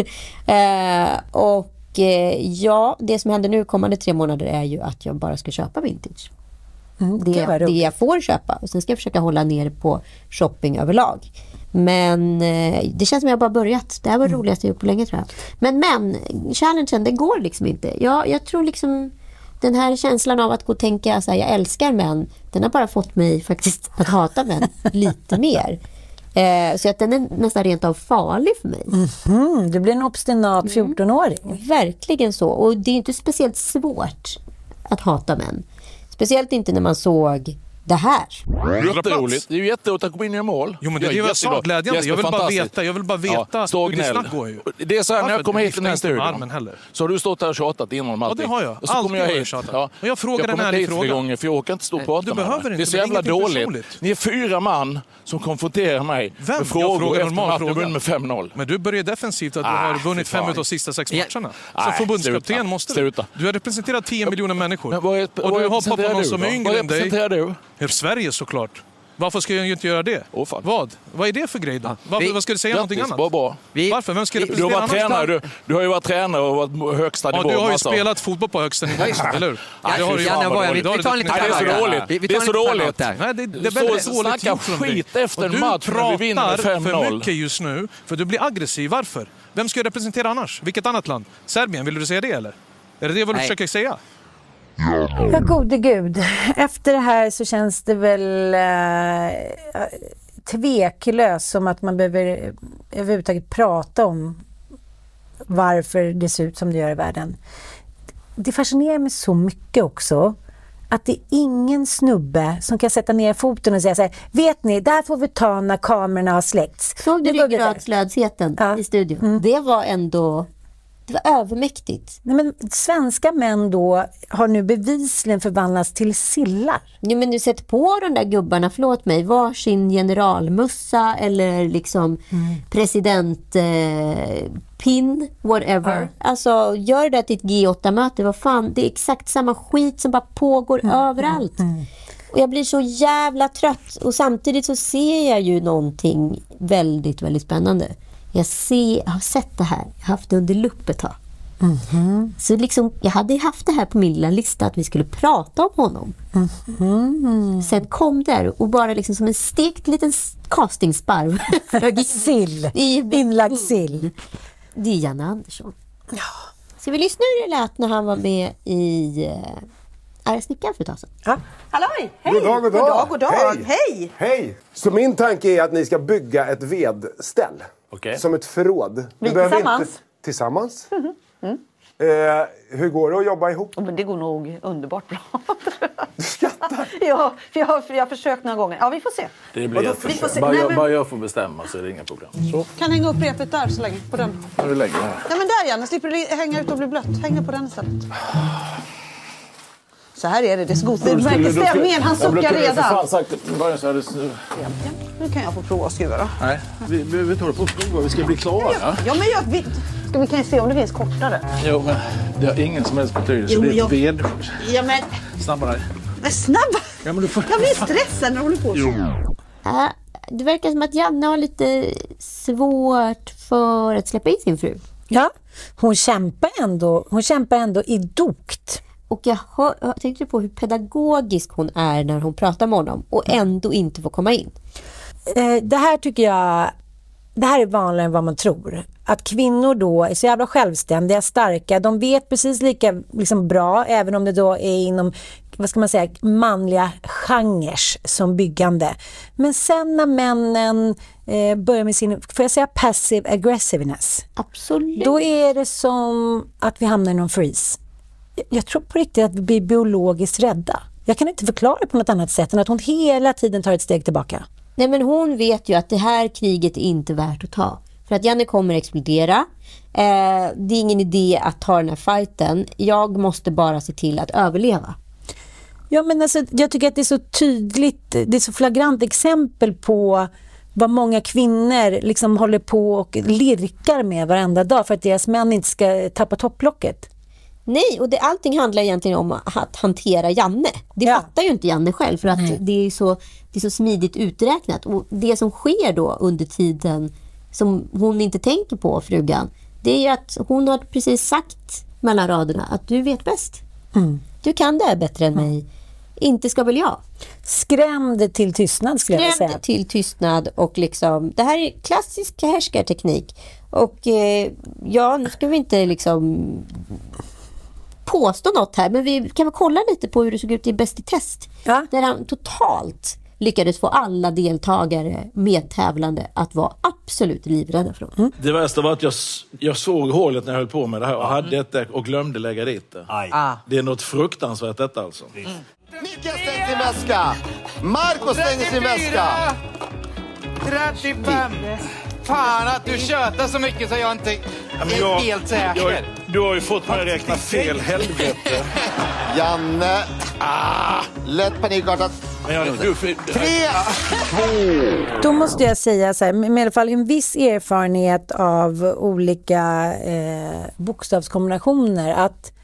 Det som händer nu kommande 3 månader är ju att jag bara ska köpa vintage. Det jag får köpa. Och sen ska jag försöka hålla ner på shopping överlag. Men det känns som jag bara börjat. Det här var det roligaste jag gjort på länge, tror jag. Men challengen, det går liksom inte. Jag tror liksom den här känslan av att gå och tänka så här, jag älskar män, den har bara fått mig faktiskt att hata män lite mer. Så att den är nästan rent av farlig för mig. Du blir en obstinat 14-åring. Verkligen så. Och det är inte speciellt svårt att hata män. Speciellt inte när man såg det här. Jätteroligt. Det är ju jätteroligt att gå in i mål. Jo, men det är ju så glädjande. Jag vill bara veta hur det snabbt går ju. Det är så här, när jag kommer hit till den här studion så har du stått här och tjatat inom allting. Ja, det har jag. Och så kommer jag hit. Och jag frågar en ärlig fråga. Gånger, för jag åker inte stå och prata med det. Det är så jävla dåligt. Ni är 4 man som konfronterar mig med frågor efter att du vunnit med 5-0. Men du börjar defensivt att du har vunnit 5 av de sista 6 matcherna. Som förbundskapten måste du. Du har representerat 10 miljoner människor. Och du hoppar på någon som är yngre än dig. Vad representerar du? Sverige såklart. Varför ska jag inte göra det? Vad är det för grej då? Vad ska du säga någonting annat? Bra. Varför? Vem ska representera annars? Du har ju varit tränare och varit högsta nivå. Du har ju spelat fotboll på högsta nivå, eller hur? Det är så dåligt. Det är så dåligt. Det är väldigt dåligt gjort från dig. Skit efter en match när vi vinner med 5-0. Du pratar för mycket just nu, för du blir aggressiv. Varför? Vem ska jag representera annars? Vilket annat land? Serbien, vill du säga det eller? Är det vad du försöker säga? Ja, gode gud. Efter det här så känns det väl tveklöst som att man behöver överhuvudtaget prata om varför det ser ut som det gör i världen. Det fascinerar mig så mycket också att det är ingen snubbe som kan sätta ner foten och säga så här: vet ni, där får vi ta när kamerorna har släckts. Såg du ryggradslödsheten i studion? Det var ändå... Det var övermäktigt. Nej, men svenska män då har nu bevisligen förvandlats till sillar. Ja, men du sätter på de där gubbarna, förlåt mig, varsin generalmussa eller liksom presidentpin, whatever. Alltså, gör det till ett G8-möte, vad fan, det är exakt samma skit som bara pågår överallt. Och jag blir så jävla trött. Och samtidigt så ser jag ju någonting väldigt, väldigt spännande. Jag har sett det här. Jag har haft det under lupp ett tag. Så liksom, jag hade haft det här på min lilla lista att vi skulle prata om honom. Sen kom där och bara liksom som en stekt liten castingsparv. Sill. Inlagd sill. Det är Janne Andersson. Ja. Så vi lyssnar hur det lät när han var med i Arga snickaren för ett tag sedan. Ja. Halloj, hej! God dag. Hej! Så min tanke är att ni ska bygga ett vedställ. Som ett förråd. Vi tillsammans? Inte... Tillsammans? Hur går det att jobba ihop? Men det går nog underbart bra. Du skrattar? Ja, för jag har försökt några gånger. Ja, vi får se. Det blir ett bara jag får bestämma så är det inga problem. Så. Kan hänga upp repet där så länge, på den. När du lägger här. Ja, men där Janne, slipper du hänga ut och bli blött. Hänga på den istället. Så här är det, det är så gott. Det märker stämningen, han suckar redan. Nu kan jag få prova att skruva då. Nej, vi tar det på prov, vi ska bli klara. Ja, men vi kan ju se om det finns kortare. Jo, men det har ingen som helst betydelse. Det är ett ved. Ja, men... Snabbare. Men snabbare? Ja, men du får... Jag blir stressad när jag håller på så. Det verkar som att Janne har lite svårt för att släppa in sin fru. Ja, hon kämpar ändå idogt. Och jag tänkte på hur pedagogisk hon är när hon pratar med honom och ändå inte får komma in. Det här tycker jag, det här är vanligare än vad man tror. Att kvinnor då är så jävla självständiga, starka. De vet precis lika liksom, bra, även om det då är inom, vad ska man säga, manliga genres som byggande. Men sen när männen börjar med sin, får jag säga passive aggressiveness. Absolut. Då är det som att vi hamnar i någon freeze. Jag tror på riktigt att vi blir biologiskt rädda. Jag kan inte förklara det på något annat sätt än att hon hela tiden tar ett steg tillbaka. Nej, men hon vet ju att det här kriget är inte värt att ta. För För att Janne kommer explodera. Det är ingen idé att ta den här fighten. Jag måste bara se till att överleva. Ja, men alltså, jag tycker att det är så tydligt, det är så flagrant exempel på vad många kvinnor liksom håller på och lirkar med varenda dag för att deras män inte ska tappa topplocket. Nej, och allting handlar egentligen om att hantera Janne. Det fattar ju inte Janne själv för att det är så smidigt uträknat. Och det som sker då under tiden som hon inte tänker på, frugan, det är ju att hon har precis sagt mellan raderna att du vet bäst. Du kan det här bättre än mig. Inte ska väl jag. Skrämde till tystnad skulle jag säga. Skrämde till tystnad och liksom, det här är klassisk härskarteknik. Och nu ska vi inte liksom påstå något här, men vi kan väl kolla lite på hur det såg ut i Bäst i test. Ja. Där han totalt lyckades få alla deltagare medtävlande att vara absolut livrädda för honom. Det värsta var att jag såg hålet när jag höll på med det här och hade ett och glömde lägga dit det. Det är något fruktansvärt detta alltså. Micke stänger sin väska. Marco stänger sin väska. 35. Fan att du tjötar så mycket så jag inte är helt säker. Du har ju fått mig att räkna fel, helvete. Janne. Lätt panikartat. 3, 2. Då måste jag säga så här, med i alla fall en viss erfarenhet av olika bokstavskombinationer, att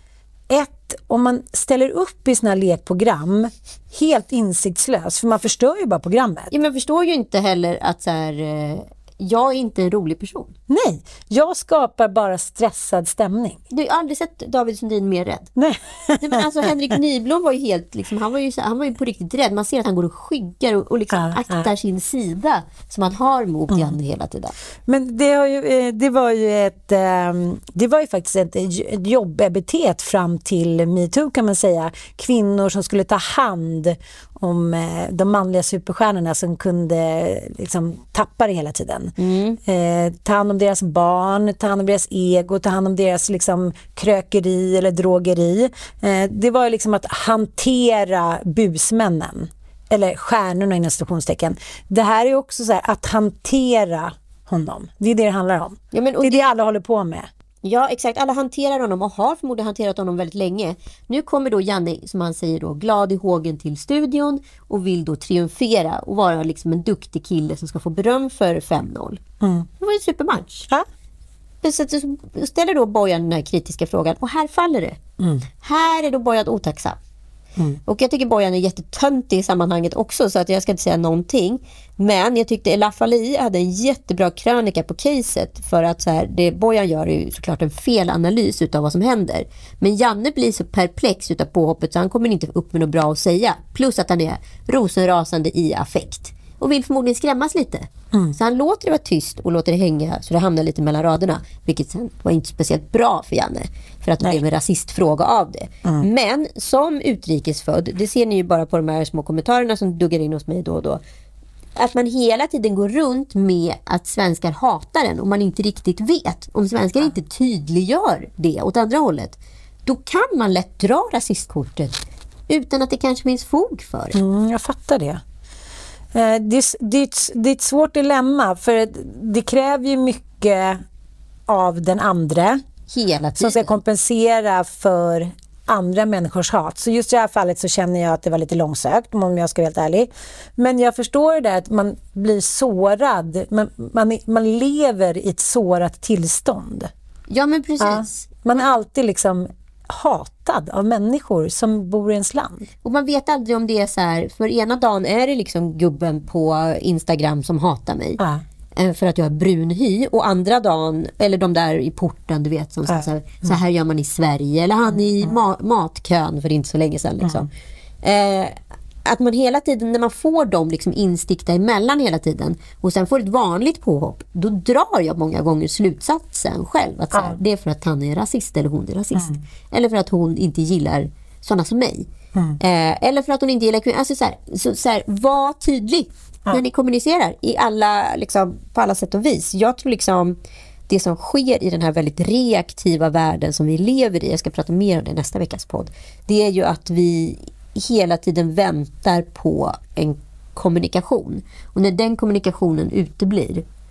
om man ställer upp i såna här lekprogram helt insiktslös, för man förstör ju bara programmet. Ja, men förstår ju inte heller att så här, jag är inte en rolig person. Nej, jag skapar bara stressad stämning. Du har aldrig sett David Sundin mer rädd. Nej. Men alltså Henrik Nyblom var ju helt liksom, han var ju på riktigt rädd. Man ser att han går och skyggar och liksom aktar sin sida som han har mot Janne hela tiden. Men det var ju faktiskt ett jobbepitet fram till MeToo kan man säga. Kvinnor som skulle ta hand om de manliga superstjärnorna som kunde liksom tappa det hela tiden. Ta hand om deras barn, ta hand om deras ego, ta hand om deras liksom krökeri eller drogeri. Det var ju liksom att hantera busmännen eller stjärnorna inom situationstecken. Det här är också så här, att hantera honom. Det är det handlar om. Ja, men, det är det alla håller på med. Ja, exakt. Alla hanterar honom och har förmodligen hanterat honom väldigt länge. Nu kommer då Janne, som han säger då, glad i hågen till studion och vill då triumfera och vara liksom en duktig kille som ska få beröm för 5-0. Det var en supermatch. Ja. Så ställer då Bojan den här kritiska frågan och här faller det. Här är då Bojan otacksam. Och jag tycker Bojan är jättetöntig i sammanhanget också, så att jag ska inte säga någonting. Men jag tyckte Elaf Ali hade en jättebra krönika på caset, för att så här, det Bojan gör är ju såklart en felanalys utav vad som händer. Men Janne blir så perplex utav påhoppet så han kommer inte upp med något bra att säga. Plus att han är rosenrasande i affekt och vill förmodligen skrämmas lite. Så han låter det vara tyst och låter det hänga så det hamnar lite mellan raderna, vilket sen var inte speciellt bra för Janne, för att det blev en rasistfråga av det. Men som utrikesfödd, det ser ni ju bara på de här små kommentarerna som duggar in hos mig då och då, att man hela tiden går runt med att svenskar hatar en och man inte riktigt vet. Om svenskar inte tydliggör det åt andra hållet, då kan man lätt dra rasistkortet utan att det kanske finns fog för det. Jag fattar det. Det är ett svårt dilemma, för det kräver ju mycket av den andra hela tiden, som ska kompensera för andra människors hat. Så just i det här fallet så känner jag att det var lite långsökt, om jag ska vara helt ärlig. Men jag förstår det där att man blir sårad. Man lever i ett sårat tillstånd. Ja, men precis. Man är alltid liksom hatad av människor som bor i ens land. Och man vet aldrig om det är så här, för ena dagen är det liksom gubben på Instagram som hatar mig för att jag är brun hy, och andra dagen, eller de där i porten du vet som så här gör man i Sverige, eller han i matkön för inte så länge sedan liksom. Att man hela tiden, när man får dem liksom instikta emellan hela tiden och sen får ett vanligt påhopp, då drar jag många gånger slutsatsen själv att så här, det är för att han är rasist eller hon är rasist, eller för att hon inte gillar sådana som mig, eller för att hon inte gillar kvinnor. Alltså så här, var tydlig när ni kommunicerar i alla liksom, på alla sätt och vis. Jag tror liksom det som sker i den här väldigt reaktiva världen som vi lever i, jag ska prata mer om det i nästa veckas podd, det är ju att vi hela tiden väntar på en kommunikation. Och när den kommunikationen uteblir,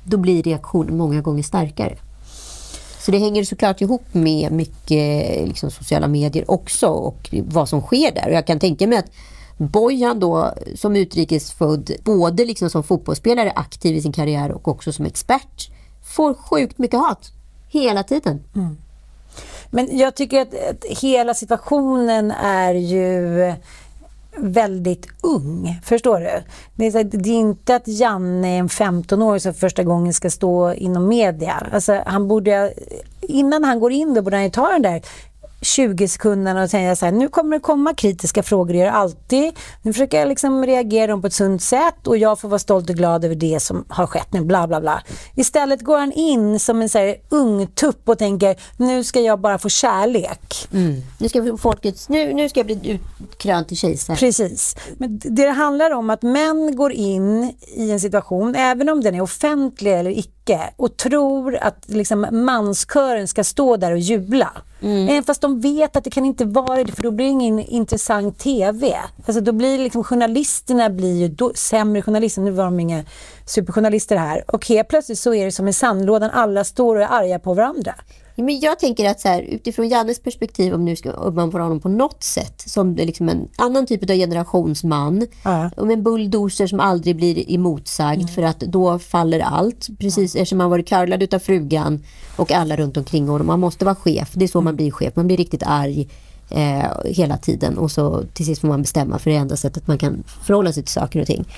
då blir reaktionen många gånger starkare. Så det hänger såklart ihop med mycket liksom, sociala medier också och vad som sker där. Och jag kan tänka mig att Bojan då som utrikesfödd, både liksom som fotbollsspelare aktiv i sin karriär och också som expert, får sjukt mycket hat hela tiden. Mm. Men jag tycker att hela situationen är ju väldigt ung, förstår du? Det är inte att Janne är en 15-årig som första gången ska stå inom media. Alltså, han borde, innan han går in då borde han ju ta den där 20 sekunderna och säga så här, nu kommer det komma kritiska frågor, jag gör alltid. Nu försöker jag liksom reagera på ett sunt sätt och jag får vara stolt och glad över det som har skett nu, bla bla bla. Istället går han in som en så här ung tupp och tänker, nu ska jag bara få kärlek. Mm. Nu ska folket, nu ska jag bli utkrönt till kejsare. Precis. Men det handlar om att män går in i en situation, även om den är offentlig eller icke, och tror att liksom manskören ska stå där och jubla. Även fast de vet att det kan inte vara det, för då blir det ingen intressant tv. Alltså då blir liksom journalisterna blir ju sämre journalister. Nu var de inga superjournalister här. Och helt plötsligt så är det som i sandlådan, alla står och är arga på varandra. Ja, men jag tänker att så här, utifrån Jannes perspektiv, om man får honom på något sätt som det är liksom en annan typ av generationsman, om en bulldozer som aldrig blir emotsagd för att då faller allt, precis eftersom man varit curlad utav frugan och alla runt omkring honom. Man måste vara chef, det är så man blir chef, man blir riktigt arg hela tiden och så till sist får man bestämma, för det enda sättet man kan förhålla sig till saker och ting.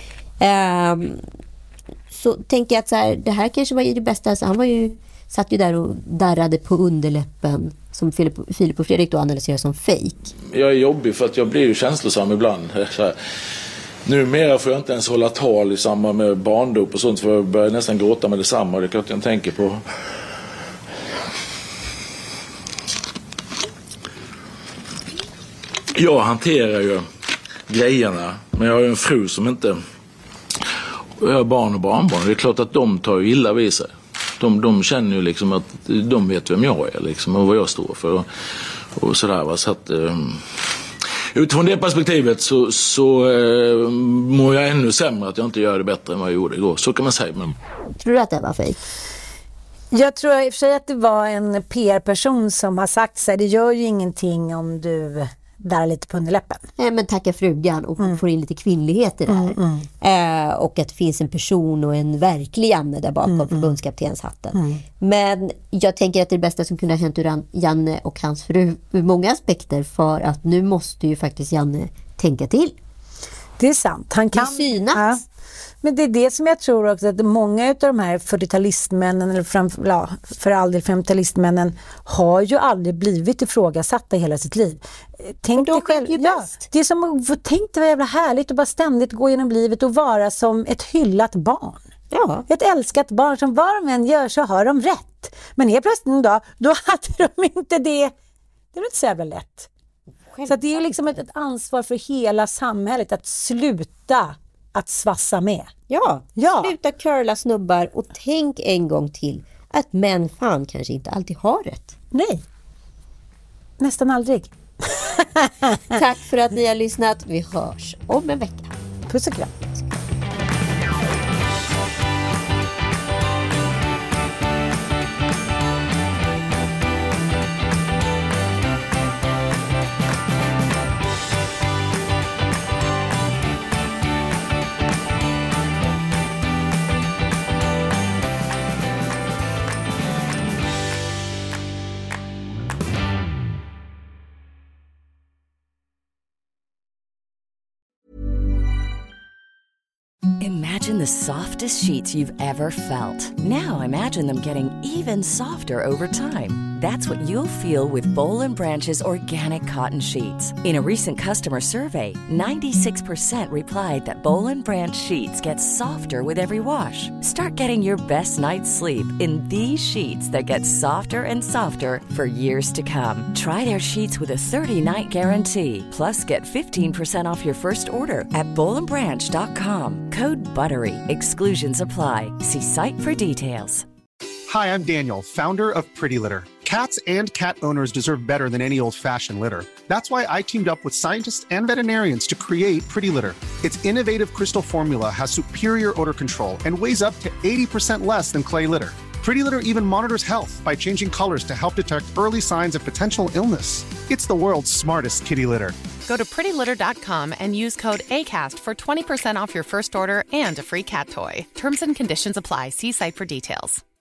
Så tänker jag att så här, det här kanske var det bästa, alltså, han var ju satt ju där och darrade på underläppen som Filip och Fredrik då analyserar som fake. Jag är jobbig för att jag blir ju känslosam ibland. Så här. Numera får jag inte ens hålla tal i samband med barndop och sånt, för jag börjar nästan gråta med detsamma. Det är klart jag tänker på. Jag hanterar ju grejerna, men jag har ju en fru som inte... Jag har barn och barnbarn. Det är klart att de tar ju illa vid sig. De känner ju liksom att de vet vem jag är liksom, och vad jag står för och sådär, va? Så att utifrån det perspektivet så mår jag ännu sämre att jag inte gör det bättre än vad jag gjorde igår, så kan man säga. Men... Tror du att det var fake? Jag tror i och för sig att det var en PR-person som har sagt så här, det gör ju ingenting om du där lite på underläppen. Nej, men tacka frugan och får in lite kvinnlighet i det här. Och att det finns en person och en verklig Janne där bakom förbundskaptenshatten. Men jag tänker att det är det bästa som kunde ha hänt ur Janne och hans fru ur många aspekter, för att nu måste ju faktiskt Janne tänka till. Det är sant. Han kan synas. Ja. Men det är det som jag tror också, att många av de här 40-talistmännen eller för all del 50-talistmännen har ju aldrig blivit ifrågasatta i hela sitt liv. Tänk dig själv, det är som att tänk dig vad jävla härligt att bara ständigt gå genom livet och vara som ett hyllat barn. Ja. Ett älskat barn som var de än gör så har de rätt. Men helt plötsligt då hade de inte det. Det är inte så jävla lätt. Så det är liksom ett ansvar för hela samhället att sluta att svassa med. Ja. Sluta curla snubbar och tänk en gång till att män fan kanske inte alltid har rätt. Nej. Nästan aldrig. Tack för att ni har lyssnat. Vi hörs om en vecka. Puss och kram. Imagine the softest sheets you've ever felt. Now imagine them getting even softer over time. That's what you'll feel with Boll & Branch's organic cotton sheets. In a recent customer survey, 96% replied that Boll & Branch sheets get softer with every wash. Start getting your best night's sleep in these sheets that get softer and softer for years to come. Try their sheets with a 30-night guarantee. Plus, get 15% off your first order at bollandbranch.com. Code BUTTERY. Exclusions apply. See site for details. Hi, I'm Daniel, founder of Pretty Litter. Cats and cat owners deserve better than any old-fashioned litter. That's why I teamed up with scientists and veterinarians to create Pretty Litter. Its innovative crystal formula has superior odor control and weighs up to 80% less than clay litter. Pretty Litter even monitors health by changing colors to help detect early signs of potential illness. It's the world's smartest kitty litter. Go to prettylitter.com and use code ACAST for 20% off your first order and a free cat toy. Terms and conditions apply. See site for details.